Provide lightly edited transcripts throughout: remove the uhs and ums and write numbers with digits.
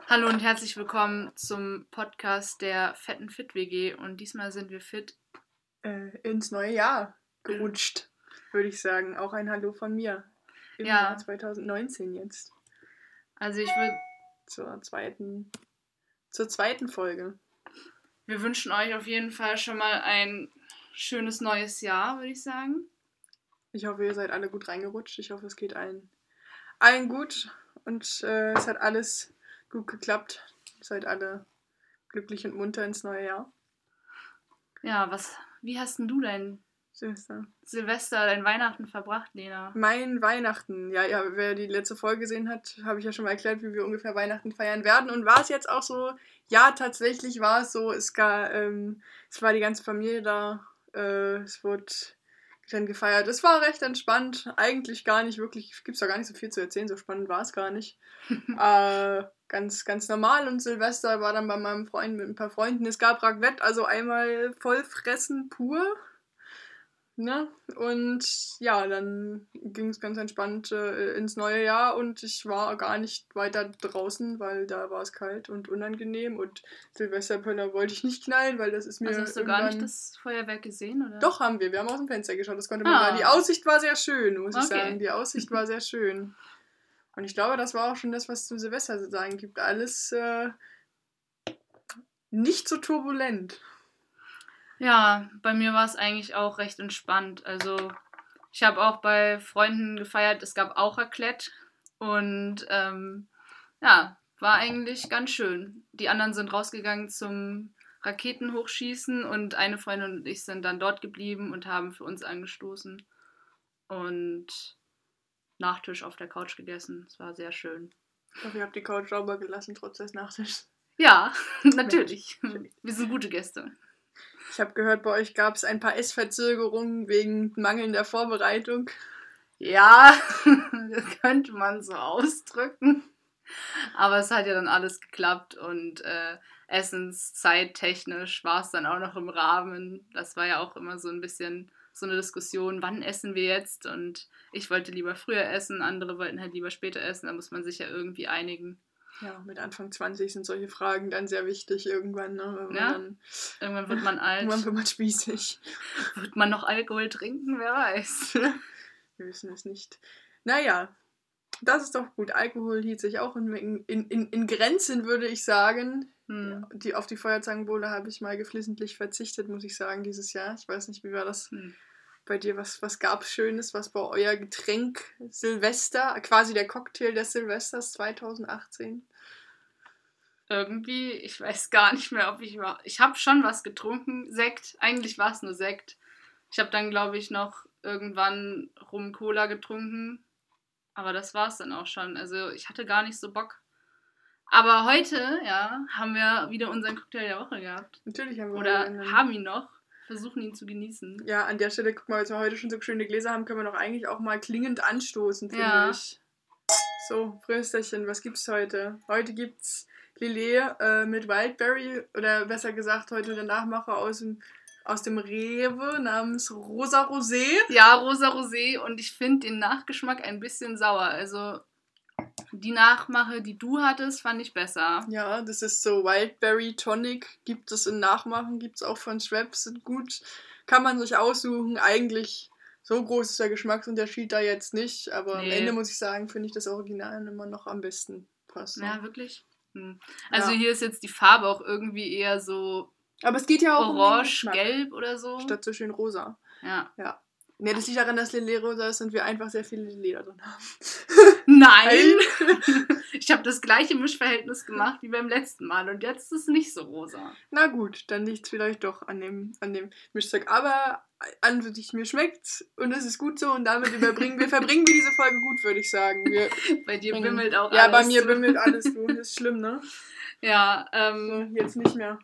Hallo und herzlich willkommen zum Podcast der fetten Fit-WG und diesmal sind wir fit. Ins neue Jahr gerutscht, würde ich sagen. Auch ein Hallo von mir im Jahr 2019 jetzt. Also ich würde... Zur zweiten Folge. Wir wünschen euch auf jeden Fall schon mal ein schönes neues Jahr, würde ich sagen. Ich hoffe, ihr seid alle gut reingerutscht. Ich hoffe, es geht allen gut und es hat alles gut geklappt. Ihr seid alle glücklich und munter ins neue Jahr. Ja, wie hast denn du dein Silvester, dein Weihnachten verbracht, Lena? Mein Weihnachten, ja, wer die letzte Folge gesehen hat, habe ich ja schon mal erklärt, wie wir ungefähr Weihnachten feiern werden. Und war es jetzt auch so? Ja, tatsächlich war es so. Es war die ganze Familie da. Es wurde dann gefeiert. Es war recht entspannt. Eigentlich gar nicht wirklich, gibt es da gar nicht so viel zu erzählen. So spannend war es gar nicht. Ganz, ganz normal. Und Silvester war dann bei meinem Freund mit ein paar Freunden. Es gab Raclette, also einmal Vollfressen pur. Ne? Und ja, dann ging es ganz entspannt ins neue Jahr und ich war gar nicht weiter draußen, weil da war es kalt und unangenehm und Silvesterpönner wollte ich nicht knallen, weil das ist mir hast du gar nicht das Feuerwerk gesehen, oder? Doch, haben wir. Wir haben aus dem Fenster geschaut, das konnte man da. Die Aussicht war sehr schön, muss ich sagen. Die Aussicht war sehr schön. Und ich glaube, das war auch schon das, was zu Silvester zu sagen gibt. Alles nicht so turbulent. Ja, bei mir war es eigentlich auch recht entspannt. Also ich habe auch bei Freunden gefeiert, es gab auch Raclette und ja, war eigentlich ganz schön. Die anderen sind rausgegangen zum Raketenhochschießen und eine Freundin und ich sind dann dort geblieben und haben für uns angestoßen und Nachtisch auf der Couch gegessen. Es war sehr schön. Ich hoffe, ihr habt die Couch sauber gelassen, trotz des Nachtischs. Ja, natürlich. Wir sind gute Gäste. Ich habe gehört, bei euch gab es ein paar Essverzögerungen wegen mangelnder Vorbereitung. Ja, das könnte man so ausdrücken. Aber es hat ja dann alles geklappt und essenszeittechnisch war es dann auch noch im Rahmen. Das war ja auch immer so ein bisschen so eine Diskussion, wann essen wir jetzt? Und ich wollte lieber früher essen, andere wollten halt lieber später essen. Da muss man sich ja irgendwie einigen. Ja, mit Anfang 20 sind solche Fragen dann sehr wichtig irgendwann. Ne? Irgendwann wird man alt. Irgendwann wird man spießig. Wird man noch Alkohol trinken? Wer weiß. Wir wissen es nicht. Naja, das ist doch gut. Alkohol hielt sich auch in Grenzen, würde ich sagen. Ja, auf die Feuerzangenbowle habe ich mal geflissentlich verzichtet, muss ich sagen, dieses Jahr. Ich weiß nicht, wie war das bei dir? Was gab es Schönes? Was war euer Getränk Silvester? Quasi der Cocktail des Silvesters 2018? Irgendwie, ich weiß gar nicht mehr, ob ich war. Ich habe schon was getrunken. Sekt. Eigentlich war es nur Sekt. Ich habe dann, glaube ich, noch irgendwann Rum-Cola getrunken. Aber das war es dann auch schon. Also ich hatte gar nicht so Bock. Aber heute, ja, haben wir wieder unseren Cocktail der Woche gehabt. Natürlich haben wir haben ihn noch. Versuchen ihn zu genießen. Ja, an der Stelle, guck mal, als wir heute schon so schöne Gläser haben, können wir doch eigentlich auch mal klingend anstoßen, finde ich. So, Prösterchen, was gibt's heute? Heute gibt's Lillet mit Wildberry, oder besser gesagt, heute der Nachmacher aus dem Rewe namens Rosa Rosé. Ja, Rosa Rosé, und ich finde den Nachgeschmack ein bisschen sauer. Also die Nachmache, die du hattest, fand ich besser. Ja, das ist so Wildberry Tonic, gibt es in Nachmachen, gibt es auch von Schweppes, sind gut, kann man sich aussuchen. Eigentlich so groß ist der Geschmacksunterschied da jetzt nicht, aber am Ende muss ich sagen, finde ich das Original immer noch am besten passt. Ja, wirklich? Also hier ist jetzt die Farbe auch irgendwie eher so aber es geht ja auch orange, gelb oder so. Statt so schön rosa. Ja. Ne, das liegt daran, dass Lillet rosa ist und wir einfach sehr viele Leder drin haben. Nein! Ich habe das gleiche Mischverhältnis gemacht wie beim letzten Mal und jetzt ist es nicht so rosa. Na gut, dann liegt es vielleicht doch an dem Mischzeug. Aber an sich, mir schmeckt's und es ist gut so und damit verbringen wir diese Folge gut, würde ich sagen. Bei dir bimmelt auch alles. Ja, bei mir bimmelt alles, du. Das ist schlimm, ne? Ja, so, jetzt nicht mehr.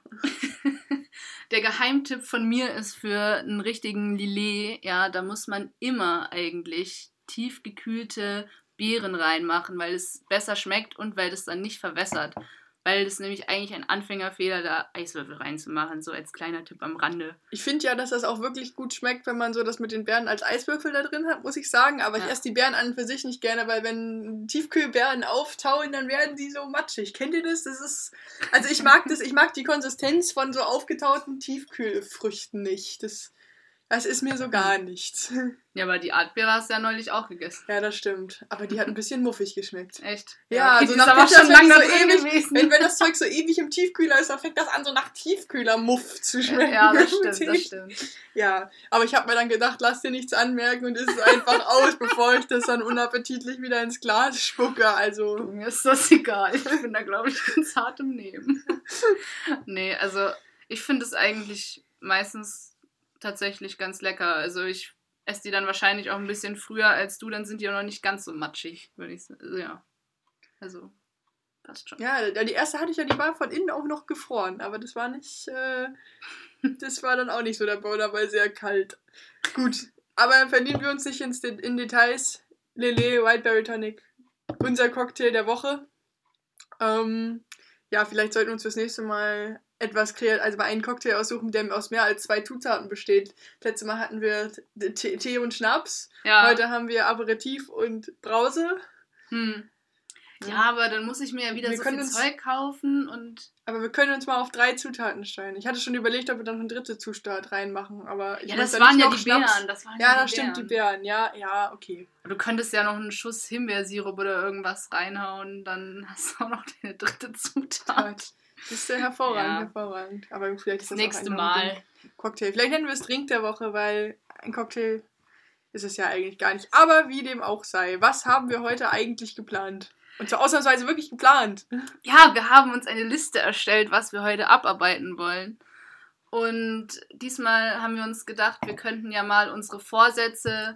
Der Geheimtipp von mir ist für einen richtigen Lillet, ja, da muss man immer eigentlich tiefgekühlte Beeren reinmachen, weil es besser schmeckt und weil es dann nicht verwässert. weil das nämlich eigentlich ein Anfängerfehler, da Eiswürfel reinzumachen, so als kleiner Tipp am Rande. Ich finde ja, dass das auch wirklich gut schmeckt, wenn man so das mit den Beeren als Eiswürfel da drin hat, muss ich sagen. Aber ich esse die Beeren an und für sich nicht gerne, weil wenn Tiefkühlbeeren auftauen, dann werden die so matschig. Kennt ihr das? Also ich mag das, ich mag die Konsistenz von so aufgetauten Tiefkühlfrüchten nicht. Das ist mir so gar nichts. Ja, aber die Erdbeere hast du ja neulich auch gegessen. Ja, das stimmt. Aber die hat ein bisschen muffig geschmeckt. Echt? Ja, okay, also die ist aber schon lange so ewig. Wenn das Zeug so ewig im Tiefkühler ist, dann fängt das an, so nach Tiefkühlermuff zu schmecken. Ja, das stimmt. Ja, aber ich habe mir dann gedacht, lass dir nichts anmerken und isst es einfach aus, bevor ich das dann unappetitlich wieder ins Glas spucke. Also mir ist das egal. Ich bin da, glaube ich, ganz hart im Nehmen. Nee, also ich finde es eigentlich meistens tatsächlich ganz lecker. Also ich esse die dann wahrscheinlich auch ein bisschen früher als du, dann sind die auch noch nicht ganz so matschig, würde ich sagen. Also, ja. Also, passt schon. Ja, die erste hatte ich ja, die war von innen auch noch gefroren, aber das war nicht, das war dann auch nicht so der Bau dabei, sehr kalt. Gut, aber verlieren wir uns nicht in Details. Lele, Wildberry Tonic, unser Cocktail der Woche. Ja, vielleicht sollten wir uns fürs nächste Mal also mal einen Cocktail aussuchen, der aus mehr als 2 Zutaten besteht. Letztes Mal hatten wir Tee und Schnaps. Ja. Heute haben wir Aperitif und Brause. Ja, aber dann muss ich mir ja wieder so viel Zeug kaufen und... Aber wir können uns mal auf 3 Zutaten stellen. Ich hatte schon überlegt, ob wir dann eine 3. Zutat reinmachen, aber... Ja, das waren ja die Beeren. Ja, das stimmt, die Beeren. Ja, okay. Du könntest ja noch einen Schuss Himbeersirup oder irgendwas reinhauen, dann hast du auch noch deine 3. Zutat. Das ist ja hervorragend. Aber vielleicht ist das nächste Mal Cocktail. Vielleicht nennen wir es Drink der Woche, weil ein Cocktail ist es ja eigentlich gar nicht. Aber wie dem auch sei, was haben wir heute eigentlich geplant? Und zwar ausnahmsweise wirklich geplant. Ja, wir haben uns eine Liste erstellt, was wir heute abarbeiten wollen. Und diesmal haben wir uns gedacht, wir könnten ja mal unsere Vorsätze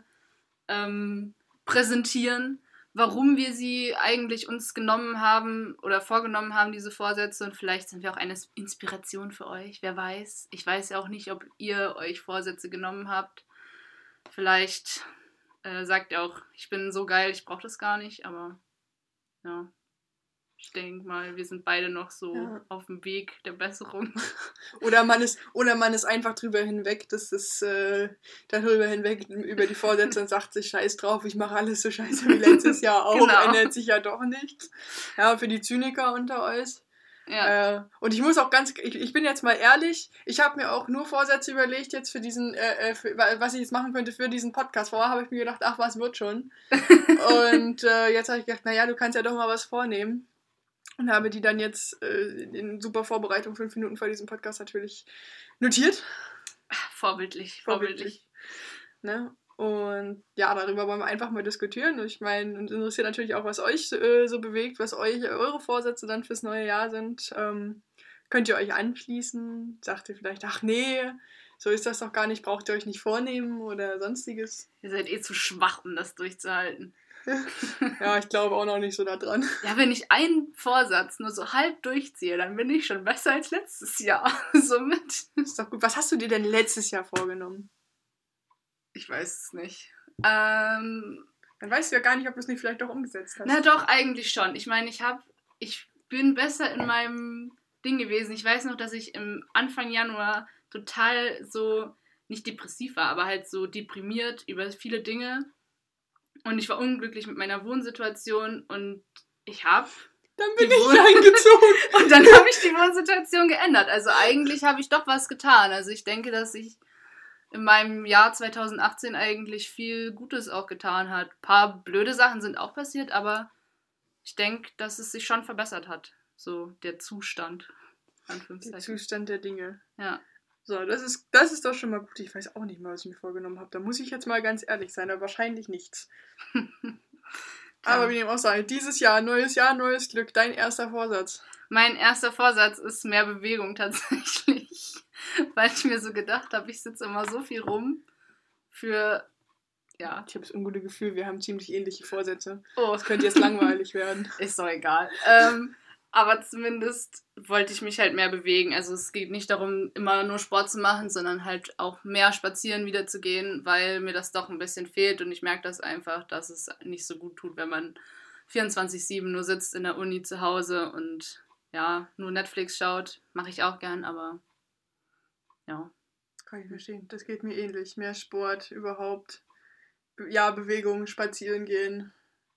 präsentieren, warum wir sie eigentlich uns genommen haben oder vorgenommen haben, diese Vorsätze. Und vielleicht sind wir auch eine Inspiration für euch, wer weiß. Ich weiß ja auch nicht, ob ihr euch Vorsätze genommen habt. Vielleicht sagt ihr auch, ich bin so geil, ich brauche das gar nicht, aber ja, ich denke mal, wir sind beide noch so auf dem Weg der Besserung. Oder man ist einfach drüber hinweg, darüber hinweg über die Vorsätze und sagt sich, scheiß drauf, ich mache alles so scheiße wie letztes Jahr auch, ändert sich ja doch nichts. Ja, für die Zyniker unter euch. Ja. Und ich muss auch ich bin jetzt mal ehrlich, ich habe mir auch nur Vorsätze überlegt jetzt für diesen, was ich jetzt machen könnte für diesen Podcast. Vorher habe ich mir gedacht, ach, was wird schon. Und jetzt habe ich gedacht, naja, du kannst ja doch mal was vornehmen. Und habe die dann jetzt in super Vorbereitung 5 Minuten vor diesem Podcast natürlich notiert. Vorbildlich. Ne? Und ja, darüber wollen wir einfach mal diskutieren. Ich meine, uns interessiert natürlich auch, was euch so bewegt, was eure Vorsätze dann fürs neue Jahr sind. Könnt ihr euch anschließen? Sagt ihr vielleicht, ach nee, so ist das doch gar nicht, braucht ihr euch nicht vornehmen oder sonstiges? Ihr seid zu schwach, um das durchzuhalten. Ja, ich glaube auch noch nicht so da dran. Ja, wenn ich einen Vorsatz nur so halb durchziehe, dann bin ich schon besser als letztes Jahr. Somit. Ist doch gut. Was hast du dir denn letztes Jahr vorgenommen? Ich weiß es nicht. Dann weißt du ja gar nicht, ob du es nicht vielleicht doch umgesetzt hast. Na doch, eigentlich schon. Ich meine, ich bin besser in meinem Ding gewesen. Ich weiß noch, dass ich im Anfang Januar total so, nicht depressiv war, aber halt so deprimiert über viele Dinge. Und ich war unglücklich mit meiner Wohnsituation und Dann bin ich eingezogen. Und dann habe ich die Wohnsituation geändert. Also eigentlich habe ich doch was getan. Also ich denke, dass ich in meinem Jahr 2018 eigentlich viel Gutes auch getan hat. Ein paar blöde Sachen sind auch passiert, aber ich denke, dass es sich schon verbessert hat. So der Zustand. Der Zustand der Dinge. Ja. So, das ist doch schon mal gut. Ich weiß auch nicht mal, was ich mir vorgenommen habe. Da muss ich jetzt mal ganz ehrlich sein, aber wahrscheinlich nichts. Aber wie dem auch sei, dieses Jahr, neues Glück. Dein erster Vorsatz. Mein erster Vorsatz ist mehr Bewegung tatsächlich. Weil ich mir so gedacht habe, ich sitze immer so viel rum für, ja. Ich habe das ungute Gefühl, wir haben ziemlich ähnliche Vorsätze. Oh. Das könnte jetzt langweilig werden. Ist doch egal. Aber zumindest wollte ich mich halt mehr bewegen. Also es geht nicht darum, immer nur Sport zu machen, sondern halt auch mehr spazieren wieder zu gehen, weil mir das doch ein bisschen fehlt. Und ich merke das einfach, dass es nicht so gut tut, wenn man 24/7 nur sitzt in der Uni zu Hause. Und ja, nur Netflix schaut. Mache ich auch gern, aber ja. Kann ich verstehen. Das geht mir ähnlich. Mehr Sport überhaupt. Ja, Bewegung, spazieren gehen.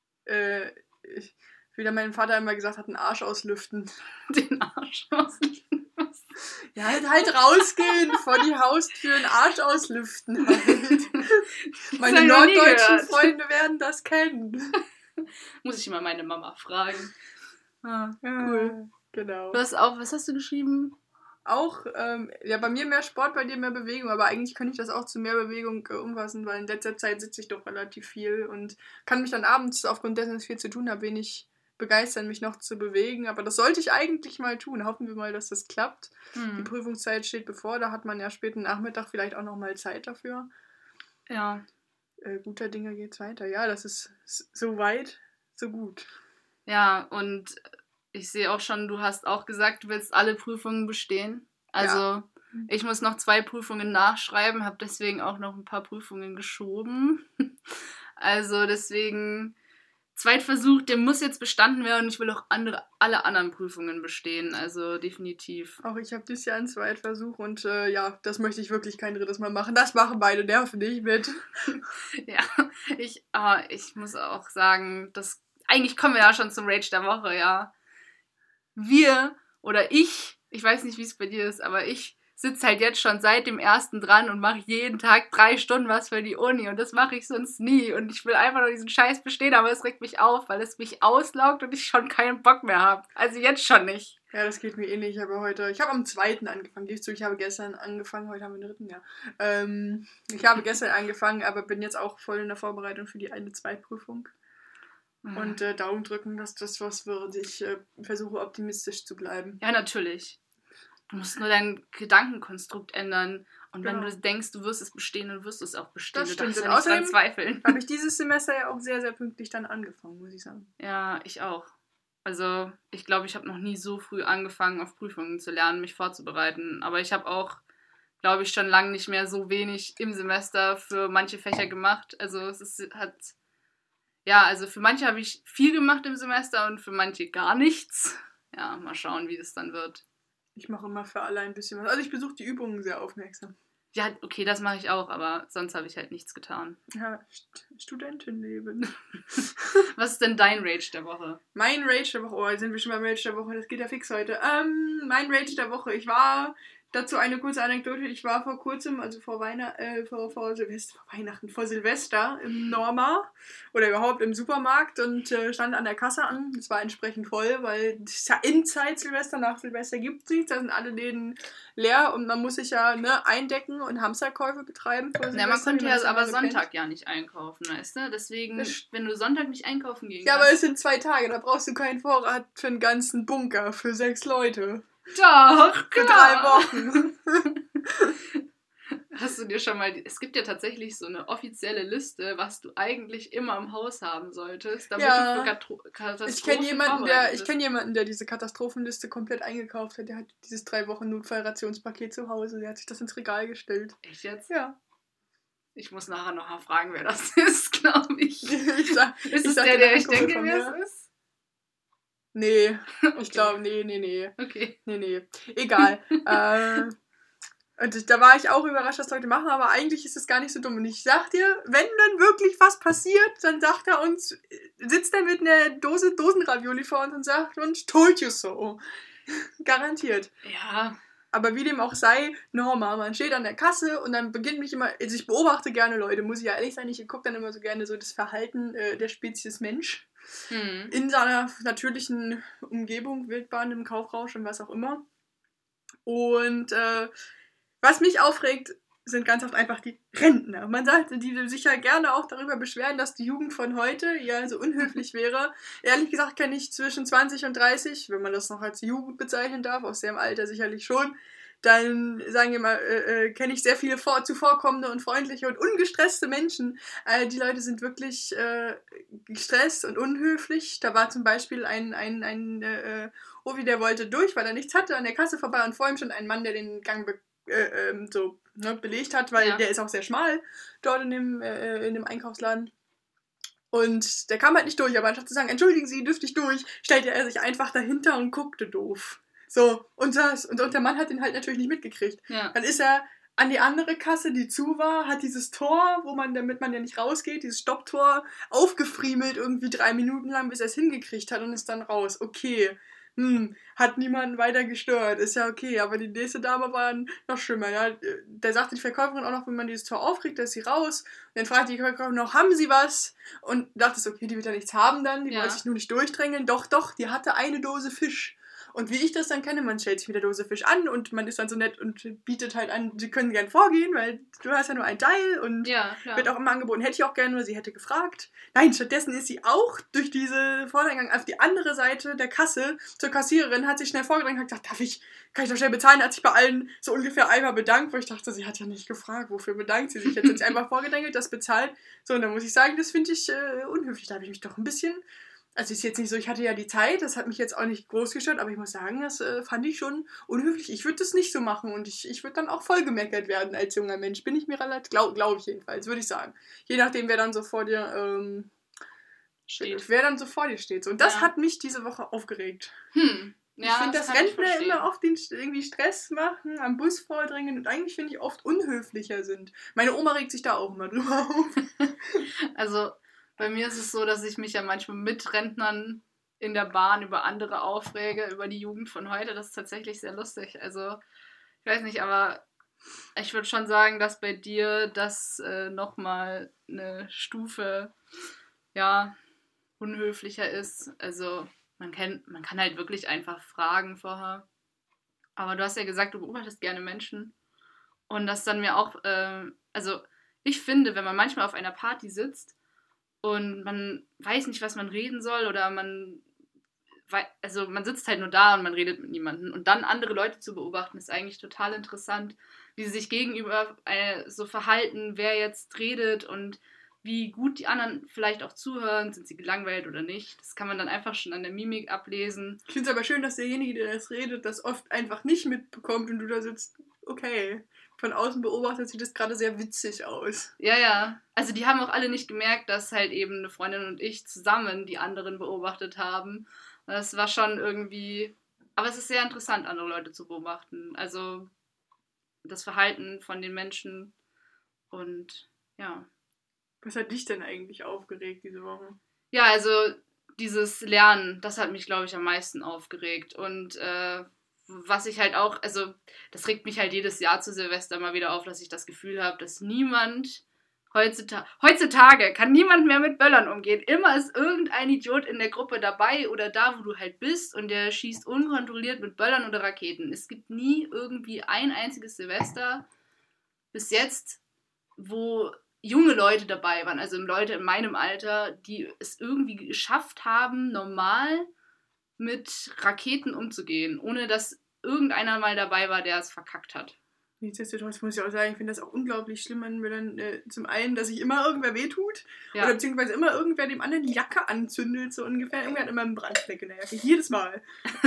Wie der mein Vater immer gesagt hat, einen Arsch auslüften. Den Arsch auslüften. Ja, halt rausgehen, vor die Haustür einen Arsch auslüften halt. Meine norddeutschen Freunde werden das kennen. Muss ich mal meine Mama fragen. Ah, cool. Genau. Was hast du geschrieben? Auch, ja, bei mir mehr Sport, bei dir mehr Bewegung, aber eigentlich könnte ich das auch zu mehr Bewegung umfassen, weil in letzter Zeit sitze ich doch relativ viel und kann mich dann abends, aufgrund dessen, dass ich viel zu tun habe, wenig begeistern, mich noch zu bewegen, aber das sollte ich eigentlich mal tun. Hoffen wir mal, dass das klappt. Die Prüfungszeit steht bevor, da hat man ja späten Nachmittag vielleicht auch nochmal Zeit dafür. Ja. Guter Dinge geht's weiter. Ja, das ist so weit, so gut. Ja, und ich sehe auch schon, du hast auch gesagt, du willst alle Prüfungen bestehen. Also ich muss noch 2 Prüfungen nachschreiben, habe deswegen auch noch ein paar Prüfungen geschoben. Also deswegen, Zweitversuch, der muss jetzt bestanden werden und ich will auch alle anderen Prüfungen bestehen. Also definitiv. Auch ich habe dieses Jahr einen Zweitversuch und ja, das möchte ich wirklich kein drittes Mal machen. Das machen beide Nerven nicht mit. Ja, ich muss auch sagen, eigentlich kommen wir ja schon zum Rage der Woche, ja. Wir oder ich weiß nicht, wie es bei dir ist, aber ich sitze halt jetzt schon seit dem 1. dran und mache jeden Tag 3 Stunden was für die Uni und das mache ich sonst nie und ich will einfach nur diesen Scheiß bestehen, aber es regt mich auf, weil es mich auslaugt und ich schon keinen Bock mehr habe. Also jetzt schon nicht. Ja, das geht mir ähnlich. Ich habe am 2. angefangen. Ich habe gestern angefangen, heute haben wir den 3. Ja. Ich habe gestern angefangen, aber bin jetzt auch voll in der Vorbereitung für die eine Zweitprüfung. Und Daumen drücken, dass das was wird. Ich versuche optimistisch zu bleiben. Ja, natürlich. Du musst nur dein Gedankenkonstrukt ändern. Und wenn du denkst, du wirst es bestehen, dann wirst du es auch bestehen. Das stimmt. Du darfst ja nicht dran zweifeln. Habe ich dieses Semester ja auch sehr, sehr pünktlich dann angefangen, muss ich sagen. Ja, ich auch. Also ich glaube, ich habe noch nie so früh angefangen, auf Prüfungen zu lernen, mich vorzubereiten. Aber ich habe auch, glaube ich, schon lange nicht mehr so wenig im Semester für manche Fächer gemacht. Also also für manche habe ich viel gemacht im Semester und für manche gar nichts. Ja, mal schauen, wie das dann wird. Ich mache immer für alle ein bisschen was. Also ich besuche die Übungen sehr aufmerksam. Ja, okay, das mache ich auch, aber sonst habe ich halt nichts getan. Ja, Studentenleben. Was ist denn dein Rage der Woche? Mein Rage der Woche, oh, jetzt sind wir schon beim Rage der Woche, das geht ja fix heute. Mein Rage der Woche, ich war, dazu eine kurze Anekdote, ich war vor kurzem, also vor Silvester im Norma oder überhaupt im Supermarkt und stand an der Kasse an. Es war entsprechend voll, weil es ja in Zeit Silvester, nach Silvester gibt es nichts, da sind alle Läden leer und man muss sich ja eindecken und Hamsterkäufe betreiben. Ja, man konnte ja aber Sonntag ja nicht einkaufen, weißt du? Deswegen, wenn du Sonntag nicht einkaufen gehen kannst. Ja, aber es sind 2 Tage, da brauchst du keinen Vorrat für einen ganzen Bunker für 6 Leute. Doch, für 3 Wochen. Hast du dir schon mal... Es gibt ja tatsächlich so eine offizielle Liste, was du eigentlich immer im Haus haben solltest, damit du für Katastrophen Ich kenne jemanden, der diese Katastrophenliste komplett eingekauft hat. Der hat dieses 3 Wochen Notfallrationspaket zu Hause. Der hat sich das ins Regal gestellt. Echt jetzt? Ja. Ich muss nachher noch mal fragen, wer das ist, glaube ich. Ist es der ich denke, wer es ist? Nee, ich glaube, nee. Okay. Nee. Egal. Und da war ich auch überrascht, was Leute machen, aber eigentlich ist es gar nicht so dumm. Und ich sag dir, wenn dann wirklich was passiert, dann sagt er uns, sitzt er mit einer Dose Dosenravioli vor uns und sagt uns, told you so. Garantiert. Ja. Aber wie dem auch sei, normal. Man steht an der Kasse und dann beginnt mich immer, also ich beobachte gerne Leute, muss ich ja ehrlich sein, ich gucke dann immer so gerne so das Verhalten der Spezies Mensch. In seiner natürlichen Umgebung, Wildbahn, im Kaufrausch und was auch immer. Und was mich aufregt, sind ganz oft einfach die Rentner. Man sagt, die sich ja gerne auch darüber beschweren, dass die Jugend von heute ja so unhöflich wäre. Ehrlich gesagt kenne ich zwischen 20 und 30, wenn man das noch als Jugend bezeichnen darf, aus dem Alter sicherlich schon, dann, sagen wir mal, kenne ich sehr viele zuvorkommende und freundliche und ungestresste Menschen. Die Leute sind wirklich gestresst und unhöflich. Da war zum Beispiel ein Ovi, der wollte durch, weil er nichts hatte, an der Kasse vorbei und vor ihm schon ein Mann, der den Gang belegt hat, weil der ist auch sehr schmal dort in dem Einkaufsladen. Und der kam halt nicht durch, aber anstatt zu sagen, entschuldigen Sie, dürfte ich durch, stellte er sich einfach dahinter und guckte doof. So, und saß. Und der Mann hat den halt natürlich nicht mitgekriegt. Ja. Dann ist er an die andere Kasse, die zu war, hat dieses Tor, damit man ja nicht rausgeht, dieses Stopptor, aufgefriemelt irgendwie 3 Minuten lang, bis er es hingekriegt hat und ist dann raus. Okay. Hat niemanden weiter gestört, ist ja okay, aber die nächste Dame war noch schlimmer. Ja? Da sagte die Verkäuferin auch noch, wenn man dieses Tor aufkriegt, da ist sie raus. Und dann fragte die Verkäuferin noch, haben Sie was? Und dachte so, okay, die wird ja nichts haben dann, die wollte sich nur nicht durchdrängeln. Doch, die hatte eine Dose Fisch. Und wie ich das dann kenne, man stellt sich mit der Dose Fisch an und man ist dann so nett und bietet halt an, sie können gern vorgehen, weil du hast ja nur ein Teil und wird auch immer angeboten, hätte ich auch gerne, oder sie hätte gefragt. Nein, stattdessen ist sie auch durch diese Vordereingang auf die andere Seite der Kasse zur Kassiererin, hat sich schnell vorgedrängt und hat gesagt, kann ich doch schnell bezahlen, hat sich bei allen so ungefähr einmal bedankt, wo ich dachte, sie hat ja nicht gefragt, wofür bedankt sie sich, jetzt hat sie einfach vorgedrängelt, das bezahlt. So, und dann muss ich sagen, das finde ich unhöflich, da habe ich mich doch ein bisschen... Also ist jetzt nicht so, ich hatte ja die Zeit, das hat mich jetzt auch nicht groß gestört, aber ich muss sagen, das fand ich schon unhöflich. Ich würde das nicht so machen und ich würde dann auch voll gemeckert werden als junger Mensch. Bin ich mir relativ, glaube ich jedenfalls, würde ich sagen. Je nachdem, wer dann so vor dir steht. Wer dann so vor dir steht. Und das hat mich diese Woche aufgeregt. Ja, ich finde, dass Rentner immer oft irgendwie Stress machen, am Bus vordrängen und eigentlich, finde ich, oft unhöflicher sind. Meine Oma regt sich da auch immer drüber auf. Also... Bei mir ist es so, dass ich mich ja manchmal mit Rentnern in der Bahn über andere aufrege, über die Jugend von heute. Das ist tatsächlich sehr lustig. Also, ich weiß nicht, aber ich würde schon sagen, dass bei dir das nochmal eine Stufe, unhöflicher ist. Also, man kann halt wirklich einfach fragen vorher. Aber du hast ja gesagt, du beobachtest gerne Menschen. Und das dann mir auch, also, ich finde, wenn man manchmal auf einer Party sitzt, und man weiß nicht, was man reden soll oder man sitzt halt nur da und man redet mit niemandem. Und dann andere Leute zu beobachten, ist eigentlich total interessant, wie sie sich gegenüber so verhalten, wer jetzt redet und wie gut die anderen vielleicht auch zuhören, sind sie gelangweilt oder nicht. Das kann man dann einfach schon an der Mimik ablesen. Ich finde es aber schön, dass derjenige, der das redet, das oft einfach nicht mitbekommt und du da sitzt, okay. Von außen beobachtet sieht das gerade sehr witzig aus. Ja. Also die haben auch alle nicht gemerkt, dass halt eben eine Freundin und ich zusammen die anderen beobachtet haben. Und das war schon irgendwie... Aber es ist sehr interessant, andere Leute zu beobachten. Also das Verhalten von den Menschen und ja. Was hat dich denn eigentlich aufgeregt diese Woche? Ja, also dieses Lernen, das hat mich, glaube ich, am meisten aufgeregt. Und was ich halt auch, also das regt mich halt jedes Jahr zu Silvester mal wieder auf, dass ich das Gefühl habe, dass niemand heutzutage kann niemand mehr mit Böllern umgehen. Immer ist irgendein Idiot in der Gruppe dabei oder da, wo du halt bist und der schießt unkontrolliert mit Böllern oder Raketen. Es gibt nie irgendwie ein einziges Silvester bis jetzt, wo junge Leute dabei waren, also Leute in meinem Alter, die es irgendwie geschafft haben, normal mit Raketen umzugehen, ohne dass irgendeiner mal dabei war, der es verkackt hat. Nichtsdestotrotz muss ich auch sagen, ich finde das auch unglaublich schlimm, wenn mir dann zum einen, dass sich immer irgendwer wehtut oder beziehungsweise immer irgendwer dem anderen die Jacke anzündet, so ungefähr. Irgendwer hat immer einen Brandfleck in der Jacke, jedes Mal.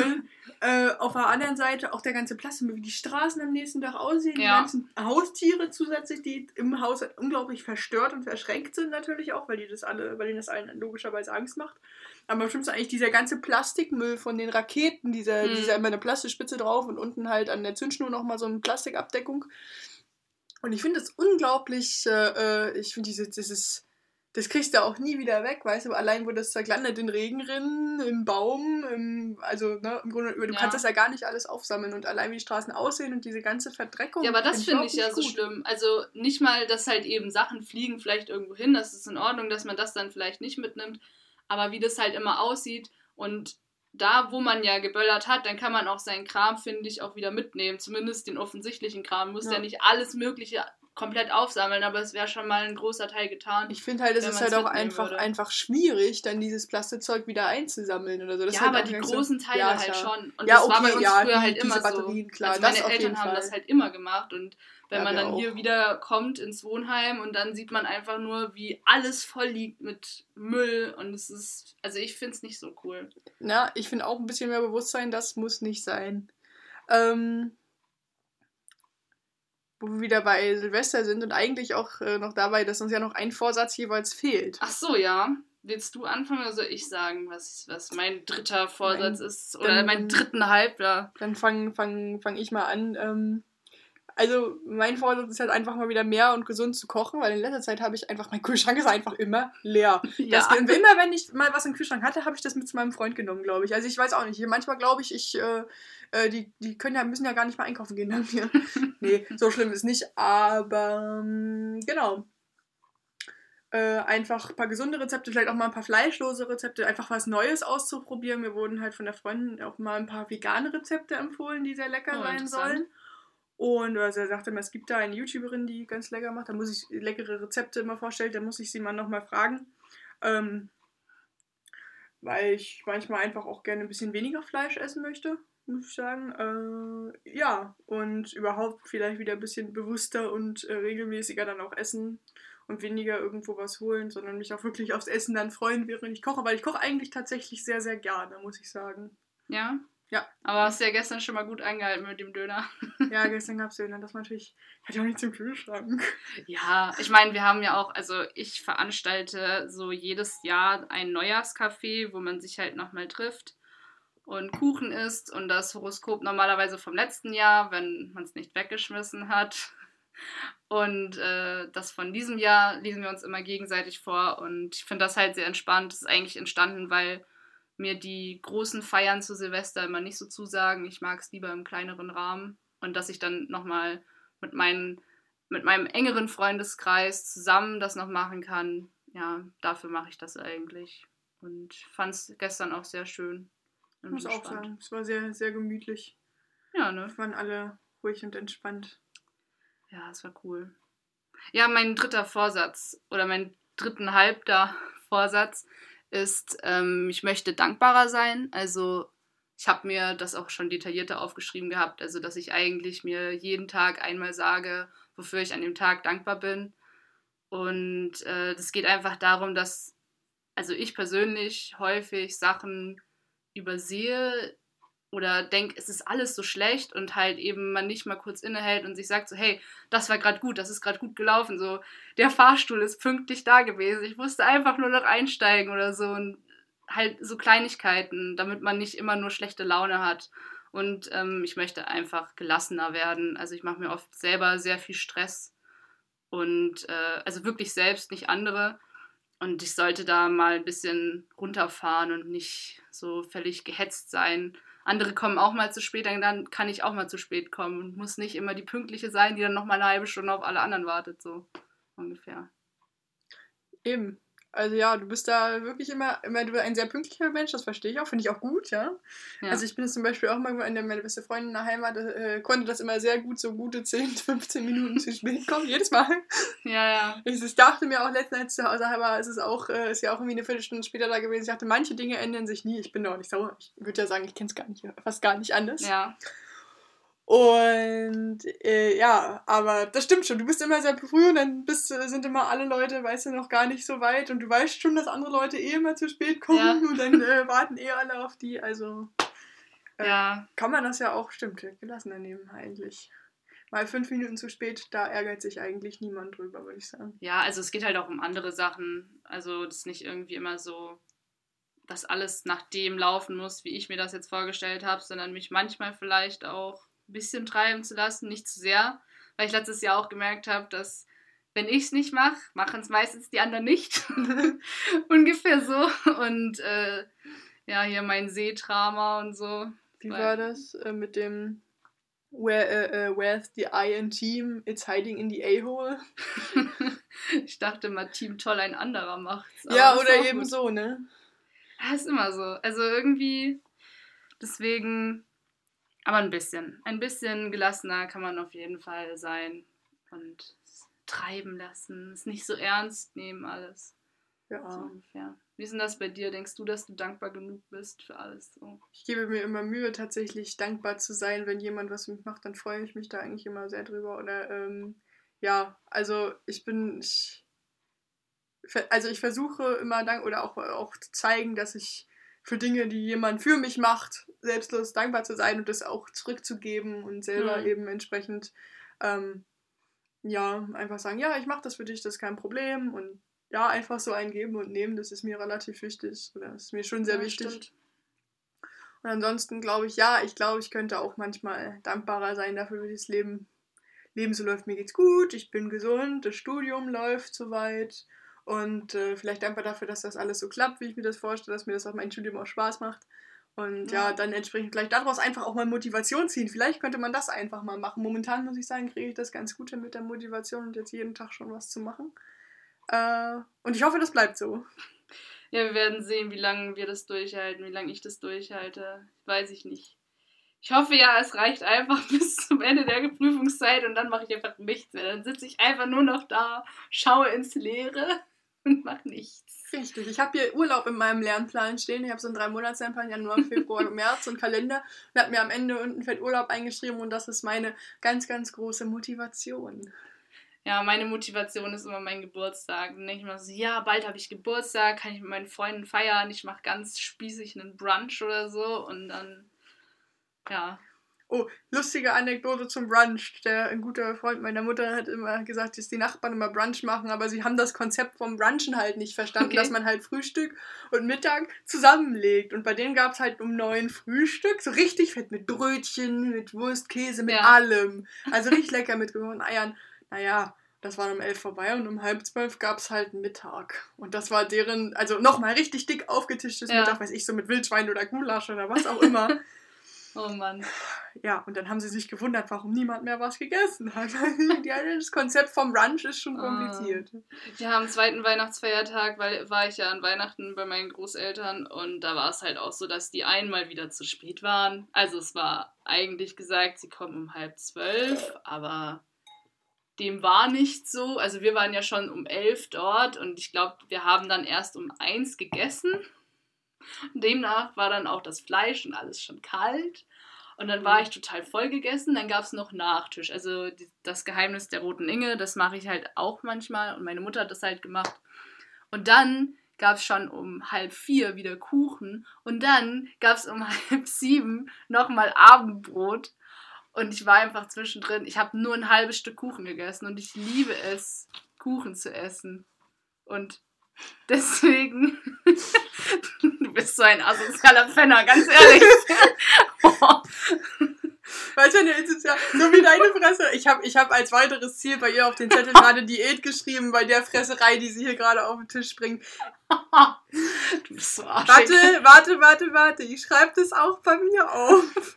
Auf der anderen Seite auch der ganze Plastik, wie die Straßen am nächsten Tag aussehen, die ganzen Haustiere zusätzlich, die im Haus unglaublich verstört und verschränkt sind natürlich auch, weil denen das allen logischerweise Angst macht. Aber am schlimmsten eigentlich dieser ganze Plastikmüll von den Raketen, dieser immer eine Plastikspitze drauf und unten halt an der Zündschnur nochmal so eine Plastikabdeckung. Und ich finde das unglaublich, ich finde das kriegst du auch nie wieder weg, weißt du, allein wo das Zeug landet, in Regenrinnen, im Baum, im Grunde, du kannst das ja gar nicht alles aufsammeln und allein wie die Straßen aussehen und diese ganze Verdreckung. Ja, aber das finde ich ja so schlimm. Also nicht mal, dass halt eben Sachen fliegen vielleicht irgendwo hin, das ist in Ordnung, dass man das dann vielleicht nicht mitnimmt, aber wie das halt immer aussieht und da, wo man ja geböllert hat, dann kann man auch seinen Kram, finde ich, auch wieder mitnehmen. Zumindest den offensichtlichen Kram. Muss ja nicht alles Mögliche komplett aufsammeln, aber es wäre schon mal ein großer Teil getan. Ich finde halt, es ist halt auch einfach schwierig, dann dieses Plastikzeug wieder einzusammeln oder so. Das ja, halt aber die großen Teile halt schon. Und ja, das war bei uns früher halt immer Batterien, so. Klar, also meine Eltern haben das halt immer gemacht und wenn man dann hier wieder kommt ins Wohnheim und dann sieht man einfach nur, wie alles voll liegt mit Müll und es ist, also ich finde es nicht so cool. Na, ich finde auch ein bisschen mehr Bewusstsein, das muss nicht sein. Wo wir wieder bei Silvester sind und eigentlich auch noch dabei, dass uns ja noch ein Vorsatz jeweils fehlt. Ach so, ja. Willst du anfangen oder soll ich sagen, was mein dritter Vorsatz ist? Oder mein dritten Halbjahr? Dann fang ich mal an. Also mein Vorsatz ist halt einfach mal wieder mehr und gesund zu kochen, weil in letzter Zeit habe ich einfach, mein Kühlschrank ist einfach immer leer. Ja. Immer wenn ich mal was im Kühlschrank hatte, habe ich das mit zu meinem Freund genommen, glaube ich. Also ich weiß auch nicht. Manchmal glaube ich, die müssen ja gar nicht mal einkaufen gehen dank mir. Nee, so schlimm ist nicht, aber genau. Einfach ein paar gesunde Rezepte, vielleicht auch mal ein paar fleischlose Rezepte, einfach was Neues auszuprobieren. Mir wurden halt von der Freundin auch mal ein paar vegane Rezepte empfohlen, die sehr lecker sein sollen. Und also er sagte immer, es gibt da eine YouTuberin, die ganz lecker macht, da muss ich leckere Rezepte immer vorstellen, da muss ich sie mal nochmal fragen. Weil ich manchmal einfach auch gerne ein bisschen weniger Fleisch essen möchte, muss ich sagen. Ja, und überhaupt vielleicht wieder ein bisschen bewusster und regelmäßiger dann auch essen und weniger irgendwo was holen, sondern mich auch wirklich aufs Essen dann freuen, während ich koche, weil ich koche eigentlich tatsächlich sehr, sehr gerne, muss ich sagen. Ja? Ja. Aber hast du ja gestern schon mal gut eingehalten mit dem Döner. Ja, gestern gab es Döner, das war natürlich, ich hatte auch nichts im Kühlschrank. Ja, ich meine, wir haben ja auch, also ich veranstalte so jedes Jahr ein Neujahrscafé, wo man sich halt nochmal trifft und Kuchen isst und das Horoskop normalerweise vom letzten Jahr, wenn man es nicht weggeschmissen hat. Und das von diesem Jahr lesen wir uns immer gegenseitig vor und ich finde das halt sehr entspannt. Das ist eigentlich entstanden, weil mir die großen Feiern zu Silvester immer nicht so zusagen. Ich mag es lieber im kleineren Rahmen und dass ich dann nochmal mit meinem engeren Freundeskreis zusammen das noch machen kann. Ja, dafür mache ich das eigentlich und fand es gestern auch sehr schön. Ich muss auch sagen, es war sehr, sehr gemütlich. Ja, ne? Wir waren alle ruhig und entspannt. Ja, es war cool. Ja, mein dritter Vorsatz oder mein dritten halbter Vorsatz ist, ich möchte dankbarer sein. Also ich habe mir das auch schon detaillierter aufgeschrieben gehabt, also dass ich eigentlich mir jeden Tag einmal sage, wofür ich an dem Tag dankbar bin. Und das geht einfach darum, dass also ich persönlich häufig Sachen übersehe oder denke, es ist alles so schlecht und halt eben man nicht mal kurz innehält und sich sagt so, hey, das war gerade gut, das ist gerade gut gelaufen, so, der Fahrstuhl ist pünktlich da gewesen, ich musste einfach nur noch einsteigen oder so und halt so Kleinigkeiten, damit man nicht immer nur schlechte Laune hat und ich möchte einfach gelassener werden, also ich mache mir oft selber sehr viel Stress und also wirklich selbst, nicht andere. Und ich sollte da mal ein bisschen runterfahren und nicht so völlig gehetzt sein. Andere kommen auch mal zu spät, dann kann ich auch mal zu spät kommen und muss nicht immer die Pünktliche sein, die dann noch mal eine halbe Stunde auf alle anderen wartet, so ungefähr. Eben. Also ja, du bist da wirklich immer du bist ein sehr pünktlicher Mensch, das verstehe ich auch, finde ich auch gut, ja. Also ich bin jetzt zum Beispiel auch mal, meine beste Freundin in der Heimat konnte das immer sehr gut, so gute 10, 15 Minuten zu spät kommen, jedes Mal. Ja. Ich dachte mir auch letztens, als zu Hause war, ist ja auch irgendwie eine Viertelstunde später da gewesen. Ich dachte, manche Dinge ändern sich nie. Ich bin da auch nicht sauer. Ich würde ja sagen, ich kenne es fast gar nicht anders. Ja. Und ja, aber das stimmt schon. Du bist immer sehr früh und dann sind immer alle Leute, weißt du, noch gar nicht so weit. Und du weißt schon, dass andere Leute immer zu spät kommen und dann warten alle auf die. Also kann man das ja auch, stimmt, gelassener nehmen eigentlich. Mal 5 Minuten zu spät, da ärgert sich eigentlich niemand drüber, würde ich sagen. Ja, also es geht halt auch um andere Sachen. Also das ist nicht irgendwie immer so, dass alles nach dem laufen muss, wie ich mir das jetzt vorgestellt habe, sondern mich manchmal vielleicht auch ein bisschen treiben zu lassen, nicht zu sehr. Weil ich letztes Jahr auch gemerkt habe, dass wenn ich es nicht mache, machen es meistens die anderen nicht. Ungefähr so. Und hier mein Seedrama und so. Wie war das mit dem Where's the I in Team? It's hiding in the A-hole. Ich dachte mal, Team toll, ein anderer macht's. Ja, oder eben gut. So, ne? Ja, ist immer so. Also irgendwie, deswegen, aber ein bisschen gelassener kann man auf jeden Fall sein und treiben lassen, es nicht so ernst nehmen alles. Ja. So ungefähr. Wie ist denn das bei dir? Denkst du, dass du dankbar genug bist für alles? So? Ich gebe mir immer Mühe, tatsächlich dankbar zu sein. Wenn jemand was für mich macht, dann freue ich mich da eigentlich immer sehr drüber. Oder also ich versuche immer oder auch zu zeigen, dass ich für Dinge, die jemand für mich macht, selbstlos dankbar zu sein und das auch zurückzugeben und selber eben entsprechend einfach sagen, ja, ich mache das für dich, das ist kein Problem und ja, einfach so ein Geben und Nehmen, das ist mir relativ wichtig. Oder das ist mir schon sehr wichtig. Stimmt. Und ansonsten glaube ich, ich könnte auch manchmal dankbarer sein dafür, wie das Leben so läuft. Mir geht's gut, ich bin gesund, das Studium läuft soweit. Und vielleicht dankbar dafür, dass das alles so klappt, wie ich mir das vorstelle, dass mir das auch mein Studium auch Spaß macht. Und ja, dann entsprechend gleich daraus einfach auch mal Motivation ziehen. Vielleicht könnte man das einfach mal machen. Momentan muss ich sagen, kriege ich das ganz gut hin mit der Motivation und jetzt jeden Tag schon was zu machen. Und ich hoffe, das bleibt so. Ja, wir werden sehen, wie lange wir das durchhalten, wie lange ich das durchhalte. Weiß ich nicht. Ich hoffe ja, es reicht einfach bis zum Ende der Prüfungszeit und dann mache ich einfach nichts mehr. Dann sitze ich einfach nur noch da, schaue ins Leere und mache nichts. Richtig. Ich habe hier Urlaub in meinem Lernplan stehen. Ich habe so einen 3-Monats-Lernplan, Januar, Februar, März und Kalender und habe mir am Ende unten fett Urlaub eingeschrieben und das ist meine ganz, ganz große Motivation. Ja, meine Motivation ist immer mein Geburtstag. Dann denke ich mir so, ja, bald habe ich Geburtstag, kann ich mit meinen Freunden feiern. Ich mache ganz spießig einen Brunch oder so und dann, ja. Oh, lustige Anekdote zum Brunch. Ein guter Freund meiner Mutter hat immer gesagt, dass die Nachbarn immer Brunch machen, aber sie haben das Konzept vom Brunchen halt nicht verstanden, dass man halt Frühstück und Mittag zusammenlegt. Und bei denen gab es halt um 9 Frühstück, so richtig fett mit Brötchen, mit Wurst, Käse, mit allem. Also richtig lecker mit gekochten Eiern. Naja, das war um 11 vorbei und um 11:30 gab es halt Mittag. Und das war deren, also nochmal richtig dick aufgetischtes Mittag, weiß ich, so mit Wildschwein oder Gulasch oder was auch immer. Oh Mann. Ja, und dann haben sie sich gewundert, warum niemand mehr was gegessen hat. Das Konzept vom Brunch ist schon kompliziert. Ja, am 2. Weihnachtsfeiertag war ich ja an Weihnachten bei meinen Großeltern und da war es halt auch so, dass die einmal wieder zu spät waren. Also es war eigentlich gesagt, sie kommen um 11:30, aber dem war nicht so. Also wir waren ja schon um 11 dort und ich glaube, wir haben dann erst um 1 gegessen. Demnach war dann auch das Fleisch und alles schon kalt. Und dann war ich total voll gegessen. Dann gab es noch Nachtisch. Also das Geheimnis der roten Inge, das mache ich halt auch manchmal. Und meine Mutter hat das halt gemacht. Und dann gab es schon um 3:30 wieder Kuchen. Und dann gab es um 6:30 nochmal Abendbrot. Und ich war einfach zwischendrin. Ich habe nur ein halbes Stück Kuchen gegessen. Und ich liebe es, Kuchen zu essen. Und deswegen, du bist so ein asozialer Penner, ganz ehrlich. Weißt du, es ist ja so wie deine Fresse. Ich hab als weiteres Ziel bei ihr auf den Zettel gerade Diät geschrieben, bei der Fresserei, die sie hier gerade auf den Tisch bringt. Du bist so arschig. Warte. Ich schreibe das auch bei mir auf.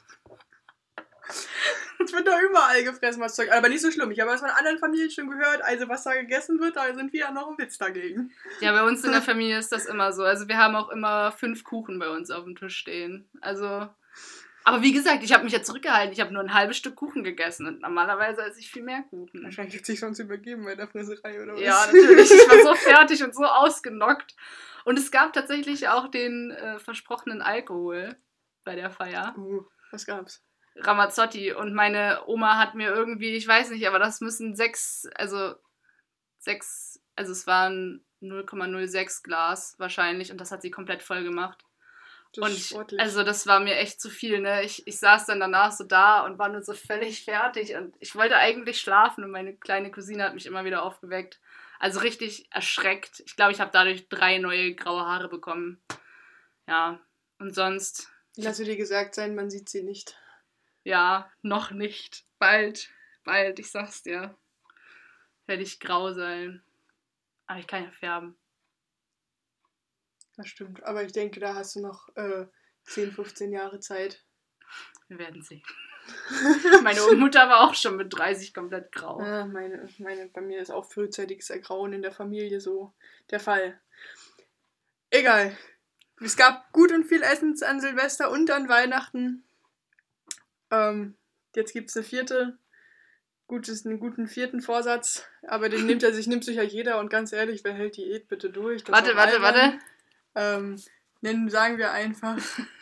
Es wird doch überall gefressen, was Zeug. Aber nicht so schlimm. Ich habe es von anderen Familien schon gehört, also was da gegessen wird, da sind wir ja noch ein Witz dagegen. Ja, bei uns in der Familie ist das immer so. Also wir haben auch immer 5 Kuchen bei uns auf dem Tisch stehen. Also, aber wie gesagt, ich habe mich ja zurückgehalten. Ich habe nur ein halbes Stück Kuchen gegessen und normalerweise esse ich viel mehr Kuchen. Wahrscheinlich hat sich sonst übergeben bei der Fresserei, oder was? Ja, natürlich. Ich war so fertig und so ausgenockt. Und es gab tatsächlich auch den versprochenen Alkohol bei der Feier. Was gab's? Ramazzotti. Und meine Oma hat mir irgendwie, ich weiß nicht, aber das müssen 6, also es waren 0,06 Glas wahrscheinlich und das hat sie komplett voll gemacht. Das ist sportlich. Also das war mir echt zu viel, ne? Ich saß dann danach so da und war nur so völlig fertig und ich wollte eigentlich schlafen und meine kleine Cousine hat mich immer wieder aufgeweckt. Also richtig erschreckt. Ich glaube, ich habe dadurch 3 neue graue Haare bekommen. Ja, und sonst... Lass dir gesagt sein, man sieht sie nicht. Ja, noch nicht. Bald, ich sag's dir. Werde ich grau sein. Aber ich kann ja färben. Das stimmt, aber ich denke, da hast du noch 10, 15 Jahre Zeit. Wir werden sehen. Meine Mutter war auch schon mit 30 komplett grau. Ja, bei mir ist auch frühzeitiges Ergrauen in der Familie so der Fall. Egal. Es gab gut und viel Essen an Silvester und an Weihnachten. Jetzt gibt's einen guten 4. Vorsatz, aber den nimmt sich ja jeder und ganz ehrlich, wer hält Diät bitte durch? Warte. Sagen wir einfach.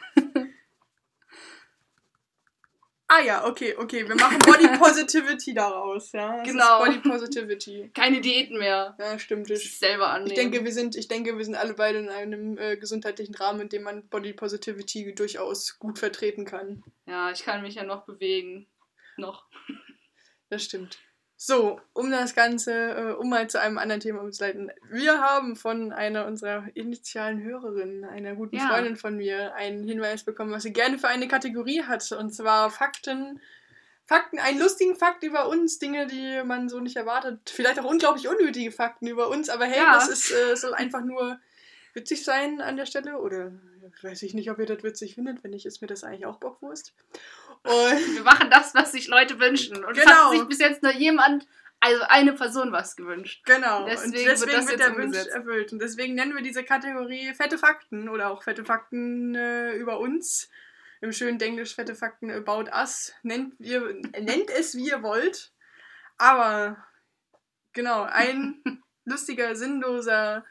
Okay, wir machen Body Positivity daraus, ja. Das genau. Ist Body Positivity. Keine Diäten mehr. Ja, stimmt. Sich selber annehmen. Ich denke, wir sind alle beide in einem gesundheitlichen Rahmen, in dem man Body Positivity durchaus gut vertreten kann. Ja, ich kann mich ja noch bewegen. Noch. Das stimmt. So, um das Ganze, um mal zu einem anderen Thema umzuleiten. Wir haben von einer unserer initialen Hörerinnen, einer guten Freundin von mir, einen Hinweis bekommen, was sie gerne für eine Kategorie hat. Und zwar Fakten, einen lustigen Fakt über uns, Dinge, die man so nicht erwartet. Vielleicht auch unglaublich unnötige Fakten über uns, aber hey, das ist, soll einfach nur witzig sein an der Stelle. Oder weiß ich nicht, ob ihr das witzig findet. Wenn nicht, ist mir das eigentlich auch Bockwurst. Und wir machen das, was sich Leute wünschen. Und hat sich bis jetzt nur jemand, also eine Person, was gewünscht. Genau. Deswegen wird der Wunsch erfüllt. Und deswegen nennen wir diese Kategorie fette Fakten oder auch fette Fakten über uns. Im schönen Englisch fette Fakten about us. Nennt es, wie ihr wollt. Aber genau, ein lustiger, sinnloser,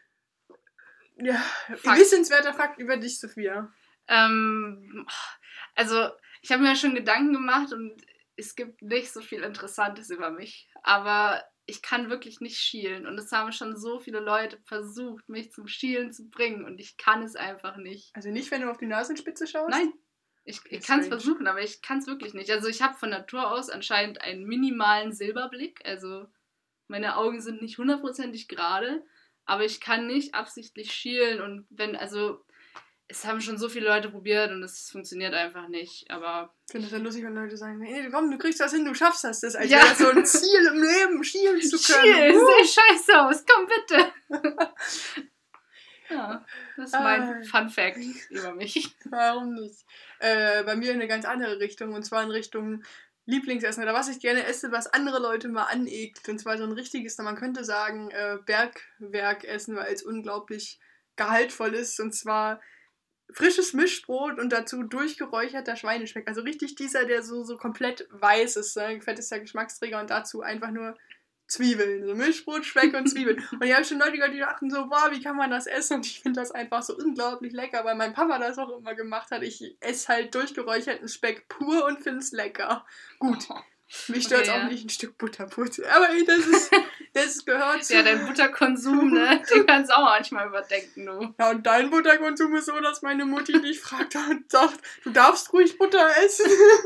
wissenswerter Fakt über dich, Sophia. Also, ich habe mir ja schon Gedanken gemacht und es gibt nicht so viel Interessantes über mich. Aber ich kann wirklich nicht schielen. Und es haben schon so viele Leute versucht, mich zum Schielen zu bringen. Und ich kann es einfach nicht. Also nicht, wenn du auf die Nasenspitze schaust? Nein. Ich kann es versuchen, aber ich kann es wirklich nicht. Also ich habe von Natur aus anscheinend einen minimalen Silberblick. Also meine Augen sind nicht 100%ig gerade. Aber ich kann nicht absichtlich schielen. Und es haben schon so viele Leute probiert und es funktioniert einfach nicht, aber... Ich finde es dann lustig, wenn Leute sagen, hey, komm, du kriegst das hin, du schaffst das. Das ist als wäre das so ein Ziel im Leben, schielen zu können. Schiel, seh scheiße aus, komm bitte. Ja, das ist mein Fun Fact über mich. Warum nicht? Bei mir in eine ganz andere Richtung, und zwar in Richtung Lieblingsessen oder was ich gerne esse, was andere Leute mal aneckt. Und zwar so ein richtiges, man könnte sagen, Bergwerkessen, weil es unglaublich gehaltvoll ist. Und zwar frisches Mischbrot und dazu durchgeräucherter Schweinespeck. Also richtig dieser, der so komplett weiß ist. Ne? Fett ist der Geschmacksträger und dazu einfach nur Zwiebeln. So Mischbrot, Speck und Zwiebeln. Und ich habe schon Leute gehört, die dachten so, boah, wie kann man das essen? Und ich finde das einfach so unglaublich lecker, weil mein Papa das auch immer gemacht hat. Ich esse halt durchgeräucherten Speck pur und finde es lecker. Gut. Mich stört auch nicht ein Stück Butterbrot. Aber das gehört zu... Ja, dein Butterkonsum, ne? Den kannst du auch manchmal überdenken, du. Ja, und dein Butterkonsum ist so, dass meine Mutti dich fragt und sagt, du darfst ruhig Butter essen.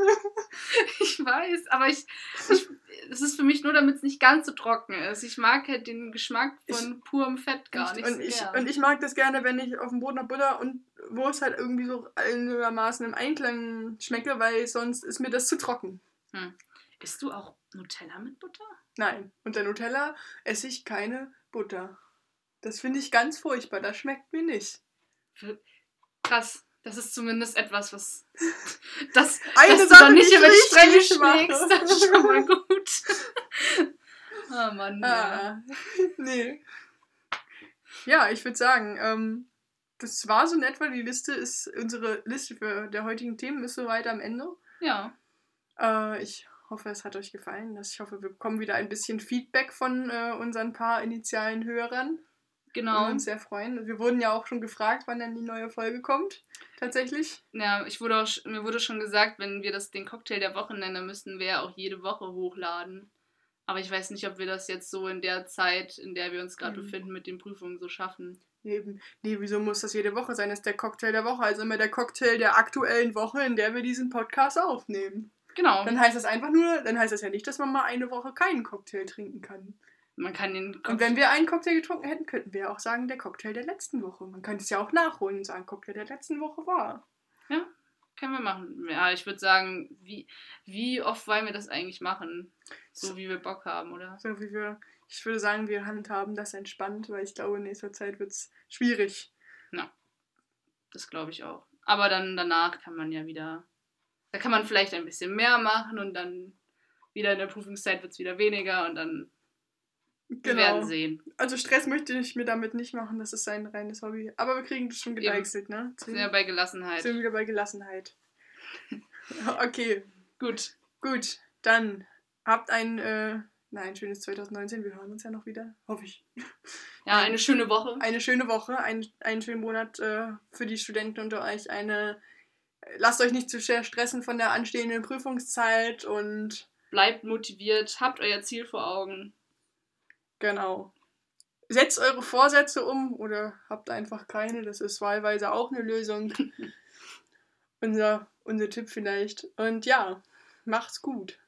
Ich weiß, aber es ist für mich nur, damit es nicht ganz so trocken ist. Ich mag halt den Geschmack von purem Fett gar nicht und ich mag das gerne, wenn ich auf dem Brot nach Butter und Wurst halt irgendwie so einigermaßen im Einklang schmecke, weil sonst ist mir das zu trocken. Isst du auch Nutella mit Butter? Nein, unter Nutella esse ich keine Butter. Das finde ich ganz furchtbar, das schmeckt mir nicht. Krass, das ist zumindest etwas, was... dass du dann nicht über die Stränge schlägst, das ist schon mal gut. Oh Mann, ja. Nee. Ja, ich würde sagen, das war so in etwa, unsere Liste für der heutigen Themen ist soweit am Ende. Ja. Ich hoffe, es hat euch gefallen. Ich hoffe, wir bekommen wieder ein bisschen Feedback von unseren paar initialen Hörern. Genau. Wir uns sehr freuen. Wir wurden ja auch schon gefragt, wann dann die neue Folge kommt. Tatsächlich. Ja, mir wurde schon gesagt, wenn wir den Cocktail der Woche nennen, dann müssten wir ja auch jede Woche hochladen. Aber ich weiß nicht, ob wir das jetzt so in der Zeit, in der wir uns gerade befinden, mit den Prüfungen so schaffen. Eben. Nee, wieso muss das jede Woche sein? Das ist der Cocktail der Woche. Also immer der Cocktail der aktuellen Woche, in der wir diesen Podcast aufnehmen. Genau. Dann heißt das ja nicht, dass man mal eine Woche keinen Cocktail trinken kann. Man kann den Und wenn wir einen Cocktail getrunken hätten, könnten wir auch sagen, der Cocktail der letzten Woche. Man könnte es ja auch nachholen und sagen, Cocktail der letzten Woche war. Ja, können wir machen. Ja, ich würde sagen, wie oft wollen wir das eigentlich machen? So wie wir Bock haben, oder? Ich würde sagen, wir handhaben das entspannt, weil ich glaube, in nächster Zeit wird es schwierig. Ja, das glaube ich auch. Aber dann danach kann man ja wieder... Da kann man vielleicht ein bisschen mehr machen und dann wieder in der Prüfungszeit wird es wieder weniger und dann wir werden sehen. Also Stress möchte ich mir damit nicht machen, das ist ein reines Hobby. Aber wir kriegen das schon gedeichselt, ne? Sind ja bei Gelassenheit. Sind wieder bei Gelassenheit. Okay. Gut. Dann habt ein schönes 2019. Wir hören uns ja noch wieder. Hoffe ich. Ja, eine schöne Woche. Einen schönen Monat für die Studenten unter euch. Lasst euch nicht zu sehr stressen von der anstehenden Prüfungszeit und bleibt motiviert, habt euer Ziel vor Augen. Genau. Setzt eure Vorsätze um oder habt einfach keine, das ist wahlweise auch eine Lösung. unser Tipp vielleicht. Und ja, macht's gut.